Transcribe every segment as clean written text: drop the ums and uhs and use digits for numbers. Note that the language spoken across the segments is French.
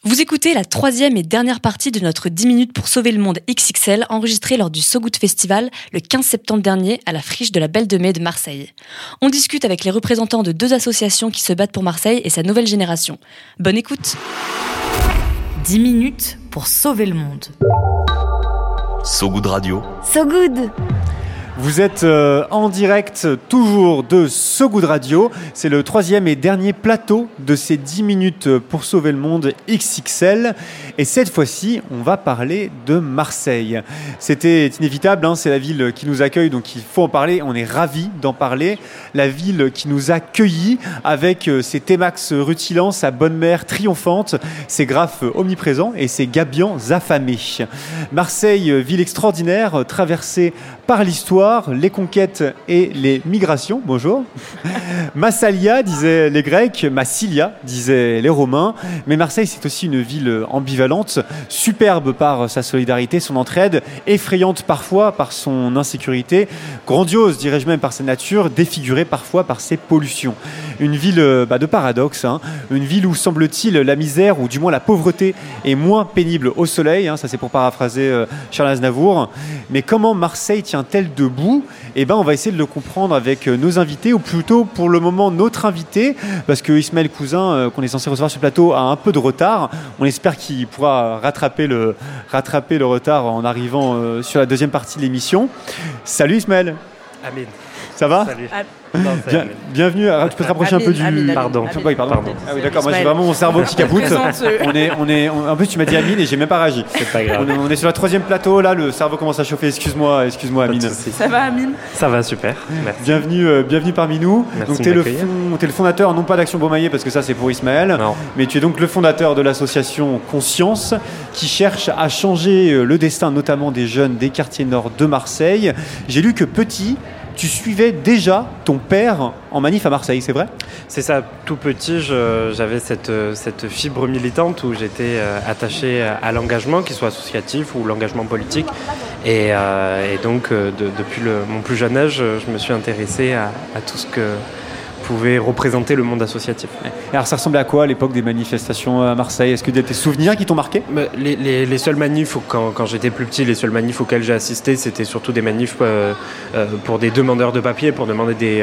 Vous écoutez la troisième et dernière partie de notre 10 minutes pour sauver le monde XXL enregistrée lors du So Good Festival le 15 septembre dernier à la friche de la Belle de Mai de Marseille. On discute avec les représentants de deux associations qui se battent pour Marseille et sa nouvelle génération. Bonne écoute. 10 minutes pour sauver le monde. So Good Radio. So Good. Vous êtes en direct toujours de So Good Radio. C'est le troisième et dernier plateau de ces 10 minutes pour sauver le monde XXL. Et cette fois-ci, on va parler de Marseille. C'était inévitable, c'est la ville qui nous accueille, donc il faut en parler. On est ravis d'en parler. La ville qui nous a cueillis avec ses T-Max rutilants, sa bonne mère triomphante, ses graphes omniprésents et ses gabions affamés. Marseille, ville extraordinaire, traversée par l'histoire, les conquêtes et les migrations. Bonjour. Massalia, disaient les Grecs, Massilia, disaient les Romains. Mais Marseille, c'est aussi une ville ambivalente, superbe par sa solidarité, son entraide, effrayante parfois par son insécurité, grandiose, dirais-je même, par sa nature, défigurée parfois par ses pollutions. Une ville de paradoxe, une ville où, semble-t-il, la misère, ou du moins la pauvreté, est moins pénible au soleil. Ça, c'est pour paraphraser Charles Aznavour. Mais comment Marseille tient-elle debout ? On va essayer de le comprendre avec nos invités, ou plutôt pour le moment notre invité, parce que Ismaël Cousin, qu'on est censé recevoir sur le plateau, a un peu de retard. On espère qu'il pourra rattraper le retard en arrivant sur la deuxième partie de l'émission. Salut Ismaël. Amin. Ça va ? Salut. Bienvenue. Tu peux te rapprocher un peu du... Pardon. Oui, pardon. Ah oui, d'accord. Moi, j'ai vraiment mon cerveau qui capote. En plus, tu m'as dit Amine et j'ai même pas réagi. C'est pas grave. On est sur le troisième plateau. Là, le cerveau commence à chauffer. Excuse-moi, Amine. Ça va, Amine ? Ça va, super. Merci. Bienvenue parmi nous. Merci. Donc, t'es le fondateur, non pas d'Action Beaumaillé, parce que ça, c'est pour Ismaël. Non. Mais tu es donc le fondateur de l'association Conscience, qui cherche à changer le destin, notamment des jeunes des quartiers nord de Marseille. J'ai lu que petit, tu suivais déjà ton père en manif à Marseille, c'est vrai ? C'est ça, tout petit, j'avais cette fibre militante où j'étais attaché à l'engagement, qu'il soit associatif ou l'engagement politique. Et donc, depuis mon plus jeune âge, je me suis intéressé à tout ce que pouvait représenter le monde associatif. Et alors ça ressemblait à quoi à l'époque des manifestations à Marseille ? Est-ce que tu as des souvenirs qui t'ont marqué ? Les seuls manifs, quand j'étais plus petit, les seuls manifs auxquels j'ai assisté, c'était surtout des manifs pour des demandeurs de papier, pour demander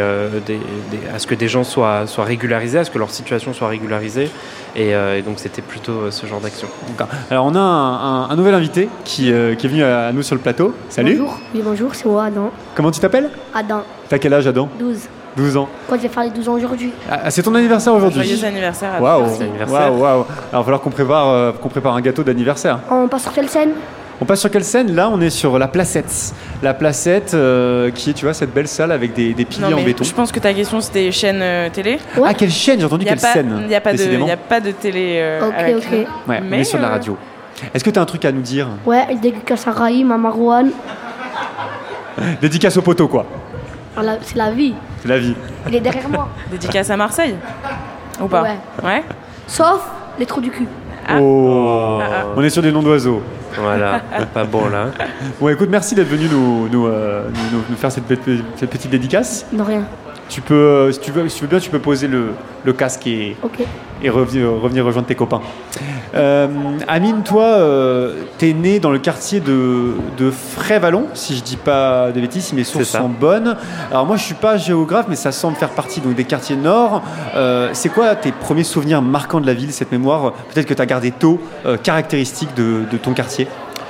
à ce que des gens soient régularisés, à ce que leur situation soit régularisée. Et donc c'était plutôt ce genre d'action. Alors on a un nouvel invité qui est venu à nous sur le plateau. Salut. Bonjour. Oui, bonjour, c'est moi, Adam. Comment tu t'appelles ? Adam, T'as quel âge, Adam ? 12 ans. quand je vais faire les 12 ans aujourd'hui. Ah, c'est ton anniversaire aujourd'hui ? Joyeux anniversaire à Waouh. toi. Waouh. Alors il va falloir qu'on prépare un gâteau d'anniversaire. On passe sur quelle scène ? On passe sur quelle scène ? Là, on est sur la Placette. La Placette qui est, tu vois, cette belle salle avec des piliers en béton. Je pense que ta question c'était chaîne télé. Ouais. Ah, quelle chaîne ? J'ai entendu quelle scène ? Il n'y a pas Décidément. de télé à la Ok. clé. Ouais, on est sur la radio. Est-ce que tu as un truc à nous dire ? Ouais, il dédicace à Raïm, à Marouane. Dédicace au poteau, quoi. Voilà, c'est la vie. C'est la vie. Il est derrière moi. Dédicace à Marseille ou pas ? Ouais. Sauf les trous du cul. Ah. Oh. On est sur des noms d'oiseaux. Voilà, pas bon là. Bon, écoute, merci d'être venu nous faire cette petite dédicace. De rien. Si tu veux bien, tu peux poser le casque et revenir rejoindre tes copains. Amine, toi, t'es né dans le quartier de Fray-Vallon, si je dis pas de bêtises, si mes sources sont bonnes. Alors moi, je suis pas géographe, mais ça semble faire partie donc, des quartiers nord. C'est quoi tes premiers souvenirs marquants de la ville, cette mémoire peut-être que tu as gardé tôt, caractéristique de ton quartier ?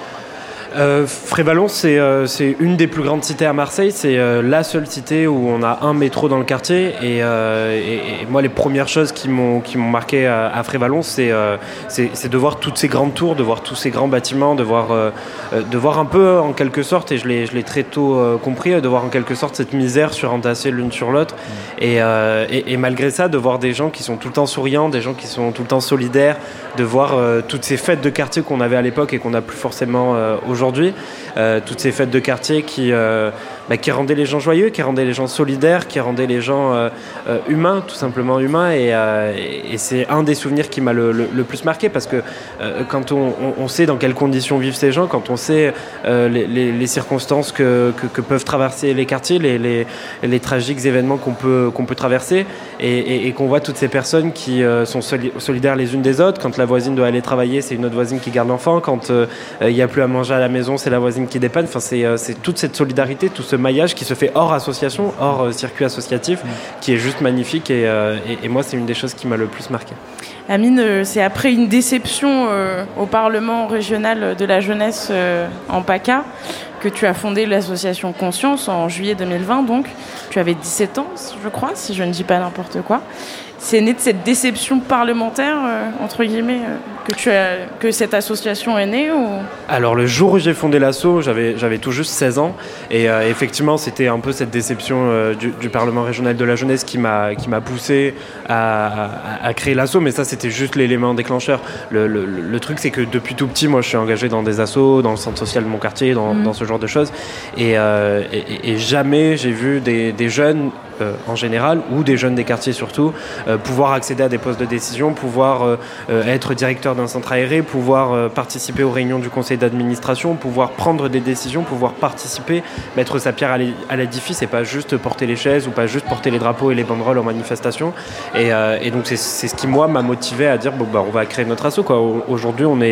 Fray-Vallon, c'est une des plus grandes cités à Marseille. C'est la seule cité où on a un métro dans le quartier. Et moi, les premières choses qui m'ont marqué à Fray-Vallon, c'est de voir toutes ces grandes tours, de voir tous ces grands bâtiments, de voir un peu, en quelque sorte, et je l'ai très tôt compris, de voir en quelque sorte cette misère surentassée l'une sur l'autre. Et malgré ça, de voir des gens qui sont tout le temps souriants, des gens qui sont tout le temps solidaires, de voir toutes ces fêtes de quartier qu'on avait à l'époque et qu'on n'a plus forcément aujourd'hui. Toutes ces fêtes de quartier qui rendaient les gens joyeux, qui rendaient les gens solidaires, qui rendaient les gens humains, tout simplement humains. Et c'est un des souvenirs qui m'a le plus marqué parce que quand on sait dans quelles conditions vivent ces gens, quand on sait les circonstances que peuvent traverser les quartiers, les tragiques événements qu'on peut traverser, et qu'on voit toutes ces personnes qui sont solidaires les unes des autres. Quand la voisine doit aller travailler, c'est une autre voisine qui garde l'enfant. Quand il n'y a plus à manger à la maison, c'est la voisine qui dépanne. Enfin, c'est toute cette solidarité, tout ce maillage qui se fait hors association, hors circuit associatif, qui est juste magnifique. Et moi, c'est une des choses qui m'a le plus marqué. Amine, c'est après une déception au Parlement régional de la jeunesse en PACA que tu as fondé l'association Conscience en juillet 2020. Donc, tu avais 17 ans, je crois, si je ne dis pas n'importe quoi. C'est né de cette déception parlementaire, entre guillemets, que cette association est née ou... Alors le jour où j'ai fondé l'asso, j'avais tout juste 16 ans et effectivement c'était un peu cette déception du Parlement régional de la jeunesse qui m'a poussé à créer l'asso, mais ça c'était juste l'élément déclencheur. Le truc c'est que depuis tout petit, moi je suis engagé dans des assos, dans le centre social de mon quartier, dans ce genre de choses et jamais j'ai vu des jeunes en général, ou des jeunes des quartiers surtout, pouvoir accéder à des postes de décision, pouvoir être directeur d'un centre aéré, pouvoir participer aux réunions du conseil d'administration, pouvoir prendre des décisions, pouvoir participer, mettre sa pierre à l'édifice et pas juste porter les chaises ou pas juste porter les drapeaux et les banderoles en manifestation. Et donc c'est ce qui moi m'a motivé à dire on va créer notre asso, quoi. Aujourd'hui on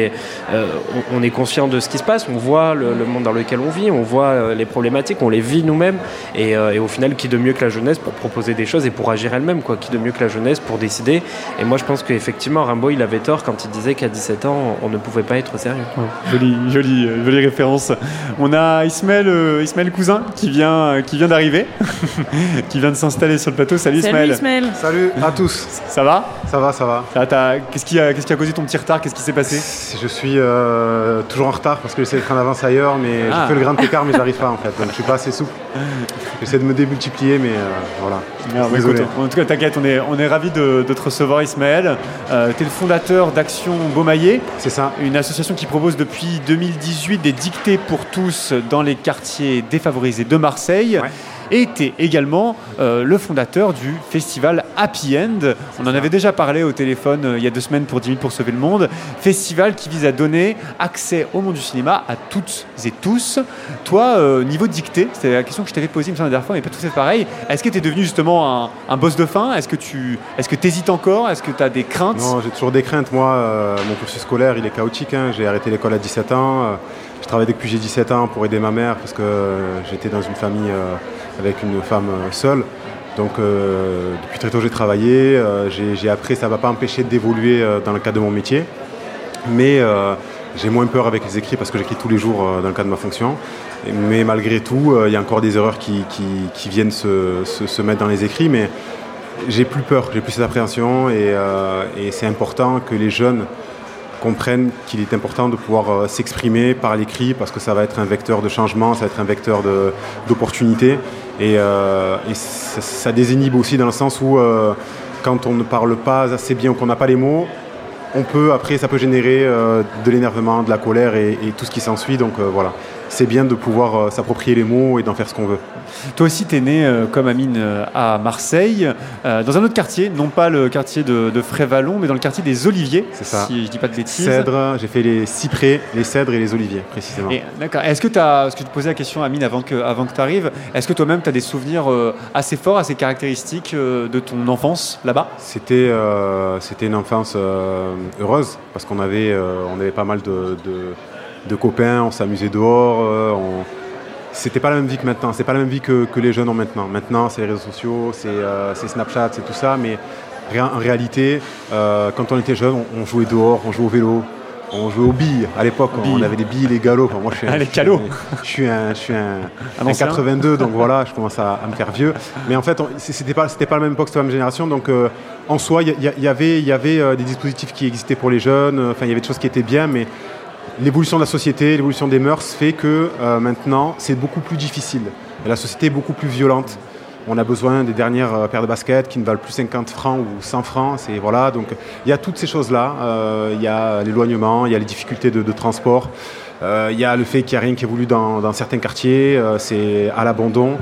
est conscient de ce qui se passe, on voit le monde dans lequel on vit, on voit les problématiques, on les vit nous-mêmes et au final qui de mieux que la jeunesse pour proposer des choses et pour agir elle-même, quoi. Qui de mieux que la jeunesse pour décider. Et moi je pense qu'effectivement Rimbaud il avait tort quand il disait qu'à 17 ans on ne pouvait pas être sérieux. Jolie référence. On a Ismaël Cousin qui vient d'arriver, qui vient de s'installer sur le plateau. Salut Ismaël. Salut à tous. Ça va ? Ça va. Qu'est-ce qui a causé ton petit retard ? Qu'est-ce qui s'est passé ? Je suis toujours en retard parce que j'essaie d'être en avance ailleurs, mais je fais le grand écart, mais j'arrive pas en fait. Donc je suis pas assez souple. J'essaie de me démultiplier, mais voilà. Désolé. Écoute, en tout cas, t'inquiète, on est ravis de te recevoir, Ismaël. Tu es le fondateur d'Action Beaumaillé. C'est ça. Une association qui propose depuis 2018 des dictées pour tous dans les quartiers défavorisés de Marseille. Ouais. Et tu es également le fondateur du festival Happy End. On en avait déjà parlé au téléphone il y a 2 semaines pour 10 minutes pour sauver le monde. Festival qui vise à donner accès au monde du cinéma à toutes et tous. Toi, niveau dictée, c'était la question que je t'avais posée la dernière fois, mais pas tout à fait pareil. Est-ce que tu es devenu justement un boss de fin ? Est-ce que tu hésites encore ? Est-ce que tu as des craintes ? Non, j'ai toujours des craintes. Moi, mon cursus scolaire, il est chaotique. J'ai arrêté l'école à 17 ans. Je travaille depuis que j'ai 17 ans pour aider ma mère parce que j'étais dans une famille avec une femme seule. Donc depuis très tôt j'ai travaillé, j'ai appris, ça ne va pas empêcher d'évoluer dans le cadre de mon métier. Mais j'ai moins peur avec les écrits parce que j'écris tous les jours dans le cadre de ma fonction. Mais malgré tout, il y a encore des erreurs qui viennent se mettre dans les écrits. Mais j'ai plus peur, j'ai plus cette appréhension et c'est important que les jeunes comprennent qu'il est important de pouvoir s'exprimer par l'écrit parce que ça va être un vecteur de changement, ça va être un vecteur d'opportunité et ça désinhibe aussi dans le sens où quand on ne parle pas assez bien ou qu'on n'a pas les mots, ça peut générer de l'énervement, de la colère et tout ce qui s'ensuit. Donc voilà, c'est bien de pouvoir s'approprier les mots et d'en faire ce qu'on veut. Toi aussi, tu es né comme Amine à Marseille, dans un autre quartier, non pas le quartier de Frévalon, mais dans le quartier des Oliviers, c'est ça. Si je ne dis pas de bêtises. Cèdres, j'ai fait les cyprès, les cèdres et les oliviers, précisément. D'accord. Est-ce que tu posais la question, Amine, avant que tu arrives, est-ce que toi-même, tu as des souvenirs assez forts, assez caractéristiques de ton enfance là-bas ? C'était une enfance heureuse, parce qu'on avait pas mal de copains, on s'amusait dehors, c'était pas la même vie que maintenant, c'est pas la même vie que les jeunes ont maintenant. Maintenant, c'est les réseaux sociaux, c'est Snapchat, c'est tout ça, mais en réalité, quand on était jeunes, on jouait dehors, on jouait au vélo, on jouait aux billes. À l'époque, on avait des billes, les galops. Enfin, moi, je suis un 82, donc voilà, je commence à me faire vieux. Mais en fait, c'était pas la même époque, c'était pas la même génération, donc en soi, il y avait des dispositifs qui existaient pour les jeunes, enfin, il y avait des choses qui étaient bien, mais l'évolution de la société, l'évolution des mœurs fait que maintenant, c'est beaucoup plus difficile. Et la société est beaucoup plus violente. On a besoin des dernières paires de baskets qui ne valent plus 50 francs ou 100 francs. Voilà. Donc, il y a toutes ces choses-là. Il y a l'éloignement, il y a les difficultés de transport. Il y a le fait qu'il n'y a rien qui évolue dans certains quartiers. C'est à l'abandon.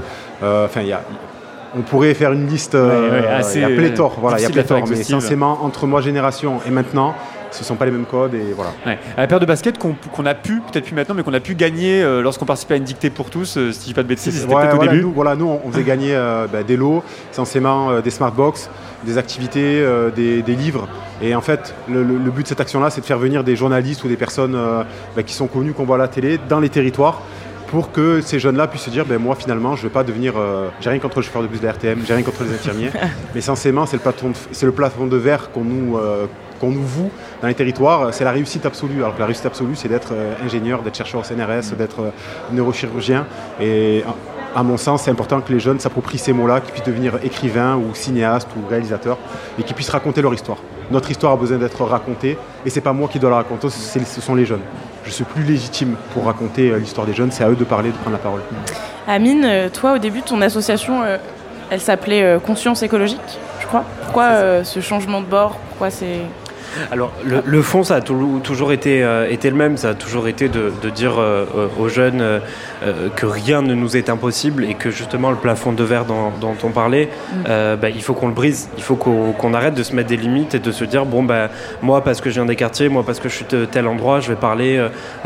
On pourrait faire une liste. Il y a pléthore. Voilà, il y a pléthore. Mais essentiellement, entre ma génération et maintenant, ce ne sont pas les mêmes codes et voilà. Ouais. À la paire de baskets qu'on a pu, peut-être plus maintenant, mais qu'on a pu gagner lorsqu'on participait à une dictée pour tous, si je dis pas de bêtises, c'était peut-être au début. Nous, on faisait gagner des lots, essentiellement des smartbox, des activités, des livres. Et en fait, le but de cette action-là, c'est de faire venir des journalistes ou des personnes qui sont connues, qu'on voit à la télé, dans les territoires, pour que ces jeunes-là puissent se dire moi finalement je ne vais pas devenir j'ai rien contre le chauffeur de bus de la RTM, j'ai rien contre les infirmiers, mais essentiellement c'est le plafond de verre qu'on nous voue dans les territoires, c'est la réussite absolue. Alors que la réussite absolue, c'est d'être ingénieur, d'être chercheur au CNRS, d'être neurochirurgien. Et à mon sens, c'est important que les jeunes s'approprient ces mots-là, qu'ils puissent devenir écrivains ou cinéastes ou réalisateurs et qu'ils puissent raconter leur histoire. Notre histoire a besoin d'être racontée et c'est pas moi qui dois la raconter, ce sont les jeunes. Je suis plus légitime pour raconter l'histoire des jeunes, c'est à eux de parler, de prendre la parole. Amine, toi au début ton association, elle s'appelait Conscience écologique, je crois. Pourquoi ce changement de bord? Pourquoi c'est... Alors le fond, ça a toujours été le même, ça a toujours été de dire aux jeunes que rien ne nous est impossible et que justement le plafond de verre dont on parlait, il faut qu'on le brise, il faut qu'on arrête de se mettre des limites et de se dire moi parce que je viens des quartiers, moi parce que je suis de tel endroit, je vais parler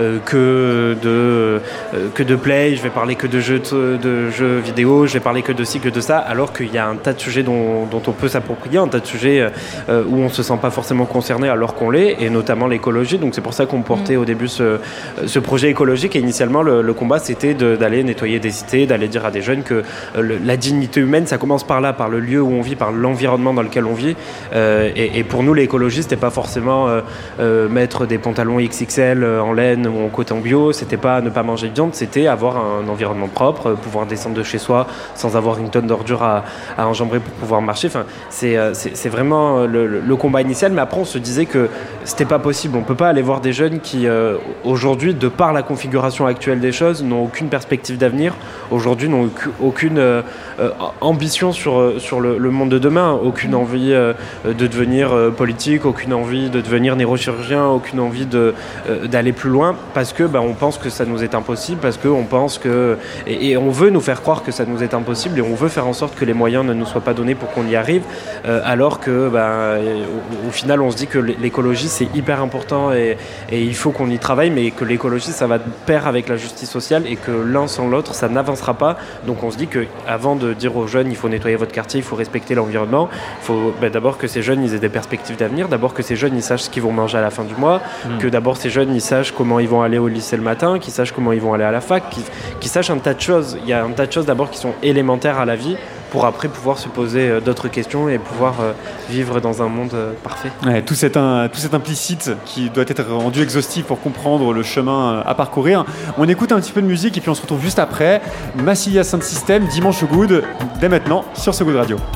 que de play, je vais parler que de jeux vidéo, je vais parler que de ci, que de ça, alors qu'il y a un tas de sujets dont on peut s'approprier, un tas de sujets où on se sent pas forcément concerné alors qu'on l'est, et notamment l'écologie. Donc c'est pour ça qu'on portait au début ce projet écologique, et initialement le combat c'était d'aller nettoyer des cités, d'aller dire à des jeunes que la dignité humaine ça commence par là, par le lieu où on vit, par l'environnement dans lequel on vit, et pour nous les écologistes c'était pas forcément mettre des pantalons XXL en laine ou en coton bio, c'était pas ne pas manger de viande, c'était avoir un environnement propre, pouvoir descendre de chez soi sans avoir une tonne d'ordures à enjamber pour pouvoir marcher. Enfin, c'est vraiment le combat initial, mais après on se disait que c'était pas possible. On peut pas aller voir des jeunes qui aujourd'hui, de par la configuration actuelle des choses, n'ont aucune perspective d'avenir, aujourd'hui n'ont aucune ambition sur le monde de demain, aucune envie de devenir politique, aucune envie de devenir neurochirurgien, aucune envie d'aller plus loin, parce que on pense que ça nous est impossible, parce qu'on pense que et on veut nous faire croire que ça nous est impossible, et on veut faire en sorte que les moyens ne nous soient pas donnés pour qu'on y arrive, alors que au final on se dit que l'écologie c'est hyper important et il faut qu'on y travaille, mais que l'écologie ça va de pair avec la justice sociale et que l'un sans l'autre ça n'avancera pas. Donc on se dit qu'avant de dire aux jeunes il faut nettoyer votre quartier, il faut respecter l'environnement, il faut d'abord que ces jeunes ils aient des perspectives d'avenir, d'abord que ces jeunes ils sachent ce qu'ils vont manger à la fin du mois, que d'abord ces jeunes ils sachent comment ils vont aller au lycée le matin, qu'ils sachent comment ils vont aller à la fac, qu'ils sachent un tas de choses. Il y a un tas de choses d'abord qui sont élémentaires à la vie, pour après pouvoir se poser d'autres questions et pouvoir vivre dans un monde parfait. Ouais, tout cet implicite qui doit être rendu exhaustif pour comprendre le chemin à parcourir. On écoute un petit peu de musique et puis on se retrouve juste après. Massilia Sound System, Dimanche au Good, dès maintenant sur So Good Radio.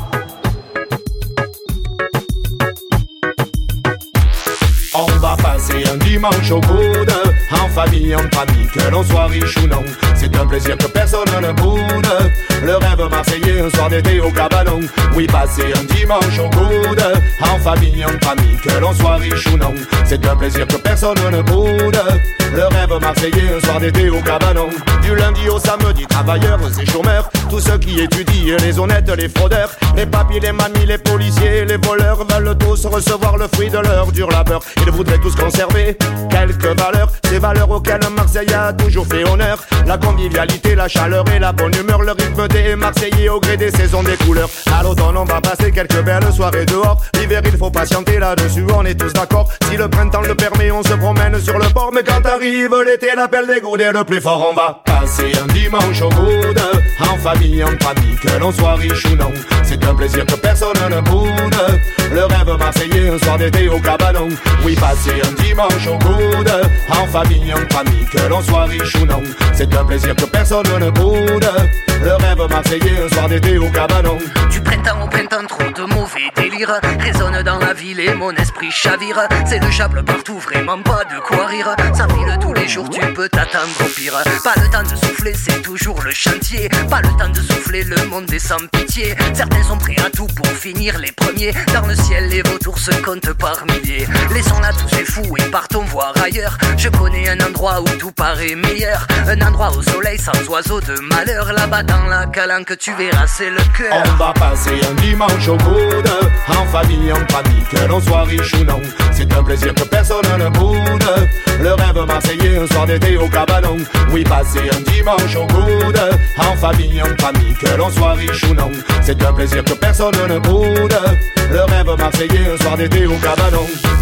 On va passer un dimanche au coude, en famille, entre amis, que l'on soit riche ou non. C'est un plaisir que personne ne boude. Le rêve marseillais, un soir d'été au cabanon. Oui, passer un dimanche au coude, en famille, entre amis, que l'on soit riche ou non. C'est un plaisir que personne ne boude. Le rêve marseillais, un soir d'été au cabanon. Du lundi au samedi, travailleurs et chômeurs, tous ceux qui étudient, les honnêtes, les fraudeurs, les papis, les mamies, les policiers, les voleurs veulent tous recevoir le fruit de leur dur labeur. Ils voudraient tous conserver quelques valeurs, ces valeurs auxquelles Marseille a toujours fait honneur. La convivialité, la chaleur et la bonne humeur, le rythme des Marseillais au gré des saisons, des couleurs. À l'automne on va passer quelques belles soirées dehors. L'hiver il faut patienter, là-dessus on est tous d'accord. Si le printemps le permet on se promène sur le port, mais quand arrive l'été l'appel des goudes est le plus fort. On va passer un dimanche au coude, en famille, entre amis, que l'on soit riche ou non. C'est un plaisir que personne ne boude. Le rêve marseillais, un soir d'été au cabanon. Oui, passer un dimanche au coude, en famille, entre amis, que l'on soit riche ou non. C'est un plaisir que personne ne boude. Le rêve marseillais, un soir d'été au cabanon. Du printemps au printemps, trop de mauvais délire résonne dans la ville et mon esprit chavire. C'est le chable partout, vraiment pas de quoi rire. Ça file tous les jours, tu peux t'attendre au pire. Pas le temps de souffler, c'est toujours le chantier. Pas le temps de souffler, le monde est sans pitié. Certains sont prêts à tout pour finir les premiers. Dans le ciel, les vautours se comptent par milliers. Laissons là tous ces fous et partons voir voir ailleurs. Je connais un endroit où tout paraît meilleur, un endroit au soleil sans oiseaux de malheur. Là-bas dans la calanque tu verras c'est le cœur. On va passer un dimanche au coude, en famille, entre amis, que l'on soit riche ou non. C'est un plaisir que personne ne boude. Le rêve marseillais, un soir d'été au cabanon. Oui, passer un dimanche au coude, en famille, entre amis, que l'on soit riche ou non. C'est un plaisir que personne ne boude. Le rêve marseillais, un soir d'été au cabanon.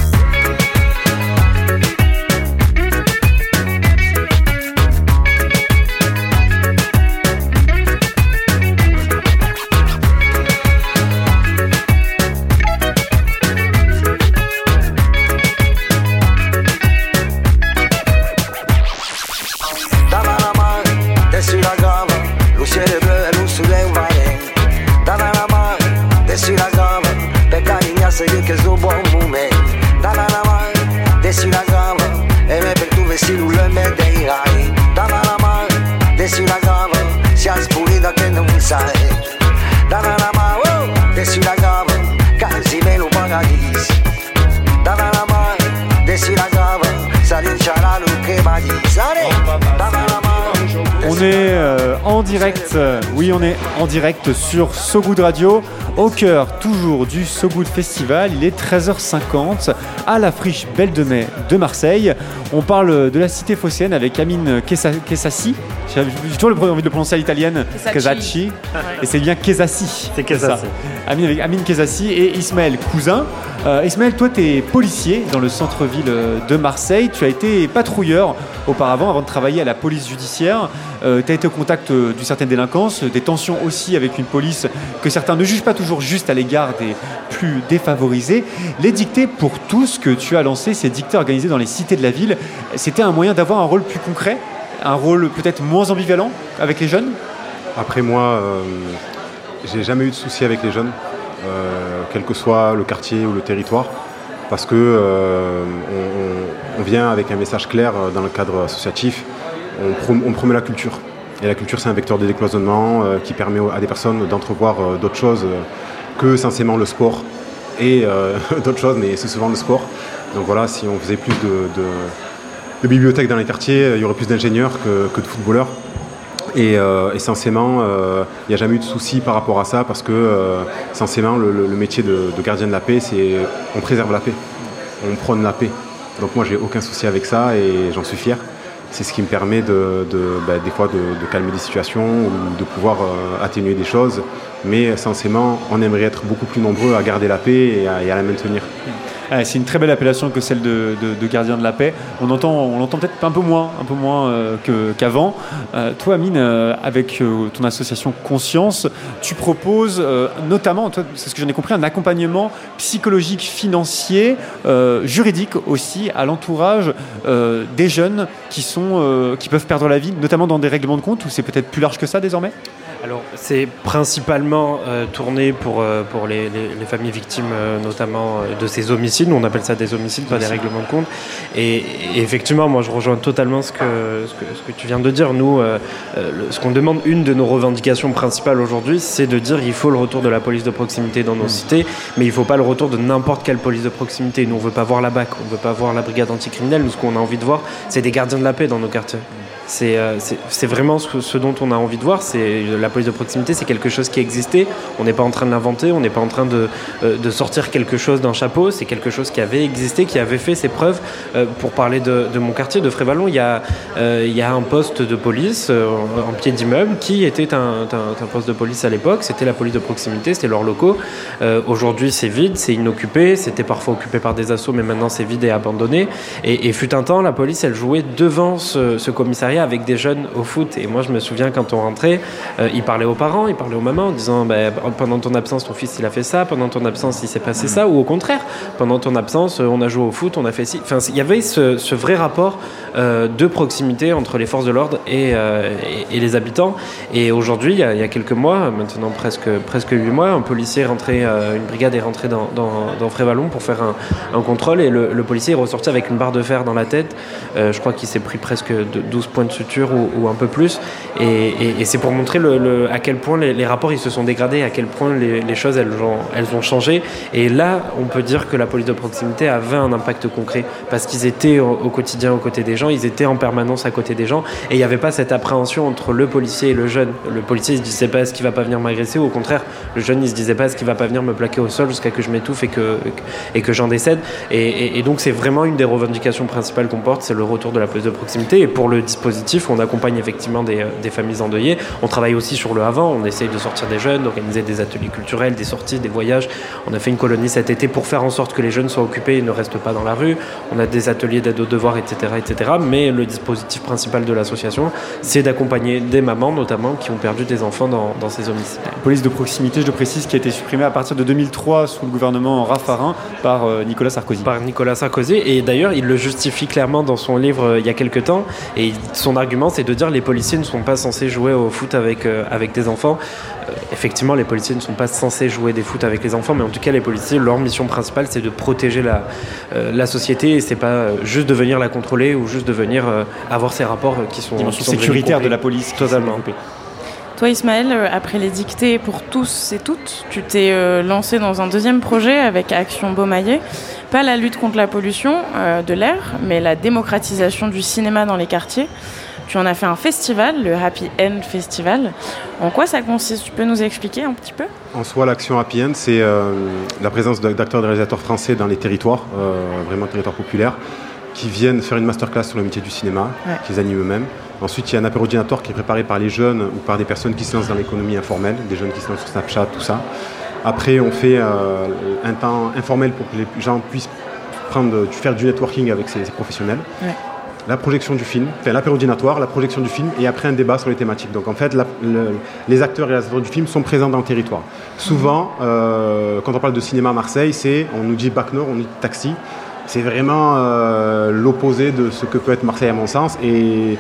On est en direct, oui on est en direct sur So Good Radio, au cœur toujours du So Good Festival. Il est 13h50 à la friche Belle de Mai de Marseille. On parle de la cité phocéenne avec Amine Kesassi. J'ai toujours envie de le prononcer à l'italienne, Kesassi, et c'est bien Kesassi. C'est Kesassi. Amine Kesassi et Ismaël Cousin. Ismaël, toi tu es policier dans le centre-ville de Marseille. Tu as été patrouilleur auparavant, avant de travailler à la police judiciaire. Tu as été au contact d'une certaine délinquance, des tensions aussi avec une police que certains ne jugent pas toujours juste à l'égard des plus défavorisés. Les dictées pour tous que tu as lancé, ces dictées organisées dans les cités de la ville, c'était un moyen d'avoir un rôle plus concret, un rôle peut-être moins ambivalent avec les jeunes? Après moi, j'ai jamais eu de soucis avec les jeunes, quel que soit le quartier ou le territoire, parce que on vient avec un message clair dans le cadre associatif. On promeut la culture. Et la culture, c'est un vecteur de décloisonnement qui permet à des personnes d'entrevoir d'autres choses que censément le sport et d'autres choses, mais c'est souvent le sport. Donc voilà, si on faisait plus de bibliothèques dans les quartiers, il y aurait plus d'ingénieurs que de footballeurs. Et censément, il n'y a jamais eu de souci par rapport à ça, parce que censément, le métier de gardien de la paix, c'est on préserve la paix, on prône la paix. Donc moi, j'ai aucun souci avec ça et j'en suis fier. C'est ce qui me permet des fois de calmer des situations ou de pouvoir atténuer des choses. Mais censément, on aimerait être beaucoup plus nombreux à garder la paix et à la maintenir. C'est une très belle appellation que celle de gardien de la paix. On l'entend peut-être un peu moins qu'avant. Toi, Amine, avec ton association Conscience, tu proposes notamment, toi, c'est ce que j'en ai compris, un accompagnement psychologique, financier, juridique aussi à l'entourage des jeunes qui peuvent perdre la vie, notamment dans des règlements de compte, ou c'est peut-être plus large que ça désormais ? Alors, c'est principalement tourné pour les familles victimes, notamment de ces homicides. On appelle ça des homicides, pas des règlements de compte. Et effectivement, moi, je rejoins totalement ce que tu viens de dire. Nous, ce qu'on demande, une de nos revendications principales aujourd'hui, c'est de dire qu'il faut le retour de la police de proximité dans nos cités, mais il ne faut pas le retour de n'importe quelle police de proximité. Nous, on ne veut pas voir la BAC, on ne veut pas voir la brigade anticriminelle. Nous, ce qu'on a envie de voir, c'est des gardiens de la paix dans nos quartiers. C'est vraiment ce dont on a envie de voir. C'est la police de proximité, c'est quelque chose qui existait. On n'est pas en train de l'inventer, on n'est pas en train de sortir quelque chose d'un chapeau. C'est quelque chose qui avait existé, qui avait fait ses preuves. Pour parler de mon quartier, de Frévalon, il y a un poste de police en pied d'immeuble qui était un poste de police à l'époque. C'était la police de proximité, c'était leurs locaux. Aujourd'hui, c'est vide, c'est inoccupé. C'était parfois occupé par des assos, mais maintenant c'est vide et abandonné. Et fut un temps, la police, elle jouait devant ce commissariat avec des jeunes au foot. Et moi, je me souviens, quand on rentrait, ils parlaient aux parents, ils parlaient aux mamans en disant pendant ton absence, ton fils, il a fait ça, pendant ton absence, il s'est passé ça, ou au contraire, pendant ton absence, on a joué au foot, on a fait ci. Enfin, il y avait ce vrai rapport de proximité entre les forces de l'ordre et les habitants. Et aujourd'hui, il y a quelques mois, maintenant presque 8 mois, une brigade est rentrée dans Frévalon pour faire un contrôle, et le policier est ressorti avec une barre de fer dans la tête. Je crois qu'il s'est pris presque 12 points de suture ou un peu plus. Et c'est pour montrer à quel point les rapports ils se sont dégradés, à quel point les choses elles ont changé. Et là, on peut dire que la police de proximité avait un impact concret, parce qu'ils étaient au quotidien aux côtés des gens, ils étaient en permanence à côté des gens, et il n'y avait pas cette appréhension entre le policier et le jeune. Le policier il se disait pas est-ce qu'il va pas venir m'agresser, ou au contraire, le jeune il se disait pas est-ce qu'il va pas venir me plaquer au sol jusqu'à que je m'étouffe et que j'en décède. Et donc c'est vraiment une des revendications principales qu'on porte, c'est le retour de la police de proximité. Et pour le dispositif, on accompagne effectivement des familles endeuillées. On travaille aussi sur le avant, on essaye de sortir des jeunes, d'organiser des ateliers culturels, des sorties, des voyages. On a fait une colonie cet été pour faire en sorte que les jeunes soient occupés et ne restent pas dans la rue. On a des ateliers d'aide aux devoirs, etc. Mais le dispositif principal de l'association, c'est d'accompagner des mamans notamment qui ont perdu des enfants dans ces homicides. Police de proximité, je le précise, qui a été supprimée à partir de 2003 sous le gouvernement Raffarin par Nicolas Sarkozy. Et d'ailleurs, il le justifie clairement dans son livre il y a quelques temps. Et son argument, c'est de dire que les policiers ne sont pas censés jouer au foot avec des enfants. Effectivement, les policiers ne sont pas censés jouer des foot avec les enfants, mais en tout cas, les policiers, leur mission principale, c'est de protéger la société, et c'est pas juste de venir la contrôler ou juste de venir avoir ces rapports qui sont sécuritaires de la police. Totalement. Toi, Ismaël, après les dictées pour tous et toutes, tu t'es lancé dans un deuxième projet avec Action Beaumaillé. Pas la lutte contre la pollution de l'air, mais la démocratisation du cinéma dans les quartiers. Tu en as fait un festival, le Happy End Festival. En quoi ça consiste ? Tu peux nous expliquer un petit peu ? En soi, l'action Happy End, c'est la présence d'acteurs et de réalisateurs français dans les territoires, vraiment territoires populaires, qui viennent faire une masterclass sur le métier du cinéma, qu'ils animent eux-mêmes. Ensuite, il y a un apéro dînatoire qui est préparé par les jeunes ou par des personnes qui se lancent dans l'économie informelle, des jeunes qui se lancent sur Snapchat, tout ça. Après, on fait un temps informel pour que les gens puissent faire du networking avec ces professionnels. Ouais. La projection du film, l'apéro dînatoire, la projection du film, et après un débat sur les thématiques. Donc en fait, les acteurs et les réalisateurs du film sont présents dans le territoire. Souvent, quand on parle de cinéma à Marseille, on nous dit Bac Nord, on nous dit Taxi. C'est vraiment l'opposé de ce que peut être Marseille à mon sens. Et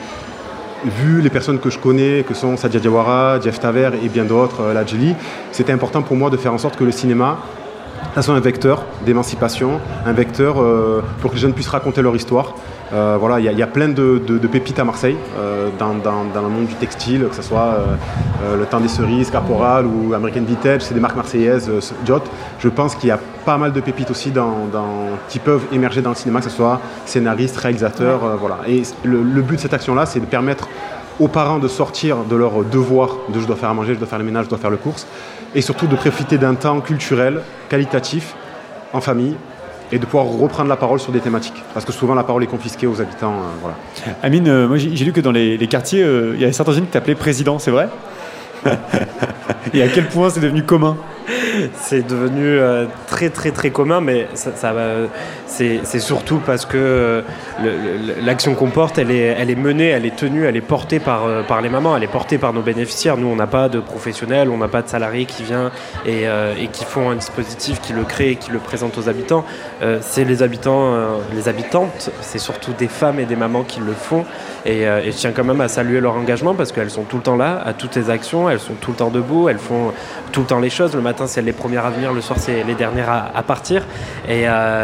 vu les personnes que je connais, que sont Sadia Diawara, Jeff Taver et bien d'autres, Ladjeli, c'était important pour moi de faire en sorte que le cinéma, ça soit un vecteur d'émancipation, un vecteur pour que les jeunes puissent raconter leur histoire. Voilà, il y a plein de pépites à Marseille, dans le monde du textile, que ce soit le Temps des Cerises, Caporal ou American Vintage, c'est des marques marseillaises, Jot. Je pense qu'il y a pas mal de pépites aussi qui peuvent émerger dans le cinéma, que ce soit scénaristes, réalisateurs, voilà. Et le but de cette action-là, c'est de permettre aux parents de sortir de leur devoir de je dois faire à manger, je dois faire le ménage, je dois faire les courses, et surtout de profiter d'un temps culturel, qualitatif, en famille, et de pouvoir reprendre la parole sur des thématiques. Parce que souvent, la parole est confisquée aux habitants. Voilà. Amine, moi j'ai lu que dans les quartiers, il y a certains jeunes qui t'appelaient président, c'est vrai ? Et à quel point c'est devenu commun ? C'est devenu très très très commun, mais c'est surtout parce que l'action qu'on porte, elle est menée, elle est tenue, elle est portée par les mamans, elle est portée par nos bénéficiaires. Nous, on n'a pas de professionnels, on n'a pas de salariés qui viennent et qui font un dispositif, qui le créent et qui le présentent aux habitants. C'est les habitants, les habitantes, c'est surtout des femmes et des mamans qui le font. Et je tiens quand même à saluer leur engagement parce qu'elles sont tout le temps là, à toutes les actions, elles sont tout le temps debout, elles font tout le temps les choses. Le matin, c'est les premières à venir, le soir, c'est les dernières à partir. Et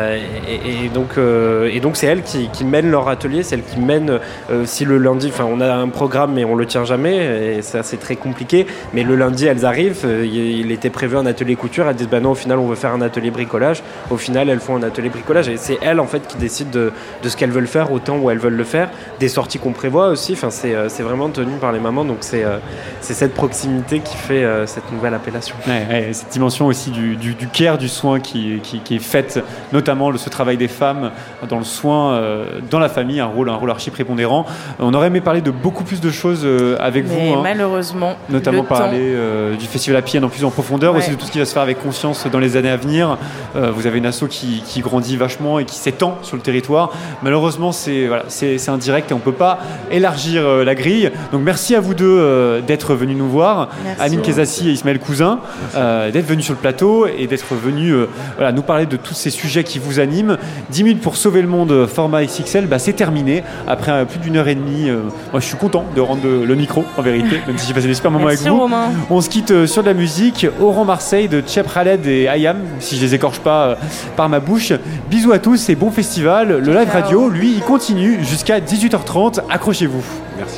donc, c'est elles qui mènent leur atelier, c'est elles qui mènent, si le lundi, on a un programme mais on le tient jamais, et ça c'est très compliqué, mais le lundi, elles arrivent, il était prévu un atelier couture, elles disent non, au final, on veut faire un atelier bricolage. Au final, elles font un atelier bricolage et c'est elles, en fait, qui décident de ce qu'elles veulent faire, au temps où elles veulent le faire, des sorties qu'on prévoit aussi, c'est vraiment tenu par les mamans, donc c'est cette proximité qui fait cette nouvelle appellation. Ouais, cette dimension aussi du care, du soin qui est faite, notamment ce travail des femmes dans le soin, dans la famille, un rôle archi prépondérant. On aurait aimé parler de beaucoup plus de choses avec vous. Mais malheureusement, notamment parler du festival Happy End en plus en profondeur, aussi de tout ce qui va se faire avec conscience dans les années à venir. Vous avez une asso qui grandit vachement et qui s'étend sur le territoire. Malheureusement, c'est indirect et on ne peut pas élargir la grille. Donc merci à vous deux d'être venus nous voir. Merci. Amine Kezassi et Ismaël Cousin, d'être venus venue sur le plateau et d'être venu nous parler de tous ces sujets qui vous animent. 10 minutes pour sauver le monde, format XXL, c'est terminé. Après plus d'1 heure et demie, moi je suis content de rendre le micro, en vérité, même si j'ai passé des super moments avec vous. Romain. On se quitte sur de la musique. Oran Marseille de Cheb Khaled et Ayam, si je les écorche pas par ma bouche. Bisous à tous et bon festival. Le live radio, lui, il continue jusqu'à 18h30. Accrochez-vous. Merci.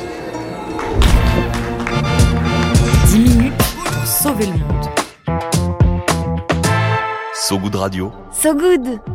10 minutes pour sauver le monde. So Good Radio. So good.